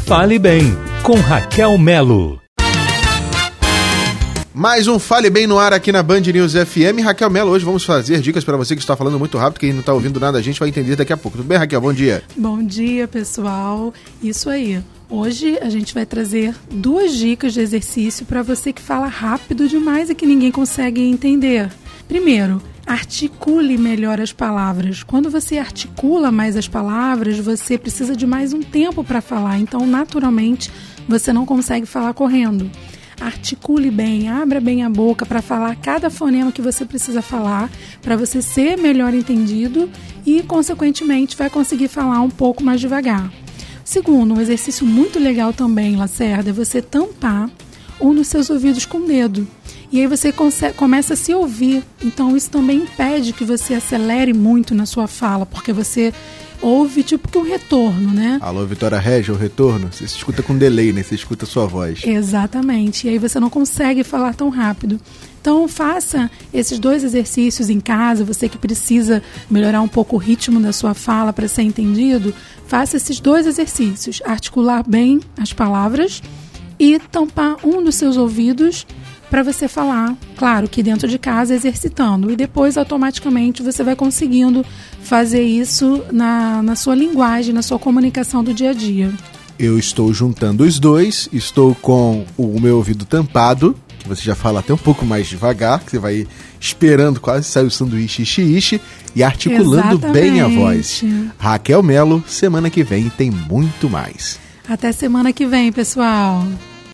Fale Bem, com Raquel Melo. Mais um Fale Bem no ar aqui na Band News FM. Raquel Melo, hoje vamos fazer dicas para você que está falando muito rápido, quem não está ouvindo nada, a gente vai entender daqui a pouco. Tudo bem, Raquel? Bom dia. Bom dia, pessoal. Isso aí. Hoje a gente vai trazer 2 dicas de exercício para você que fala rápido demais e que ninguém consegue entender. Primeiro, articule melhor as palavras. Quando você articula mais as palavras, você precisa de mais um tempo para falar. Então, naturalmente, você não consegue falar correndo. Articule bem, abra bem a boca para falar cada fonema que você precisa falar, para você ser melhor entendido e, consequentemente, vai conseguir falar um pouco mais devagar. Segundo, um exercício muito legal também, Lacerda, é você tampar um dos seus ouvidos com o dedo. E aí você começa a se ouvir. Então, isso também impede que você acelere muito na sua fala, porque você ouve tipo que um retorno, né? Alô, Vitória Regia, o retorno. Você se escuta com delay, né? Você escuta a sua voz. Exatamente. E aí você não consegue falar tão rápido. Então, faça esses 2 exercícios em casa. Você que precisa melhorar um pouco o ritmo da sua fala para ser entendido, faça esses 2 exercícios. Articular bem as palavras e tampar um dos seus ouvidos para você falar, claro, que dentro de casa exercitando. E depois, automaticamente, você vai conseguindo fazer isso na sua linguagem, na sua comunicação do dia a dia. Eu estou juntando os 2, estou com o meu ouvido tampado, que você já fala até um pouco mais devagar, que você vai esperando quase sair o sanduíche ishi, e articulando Exatamente. Bem a voz. Raquel Melo, semana que vem tem muito mais. Até semana que vem, pessoal.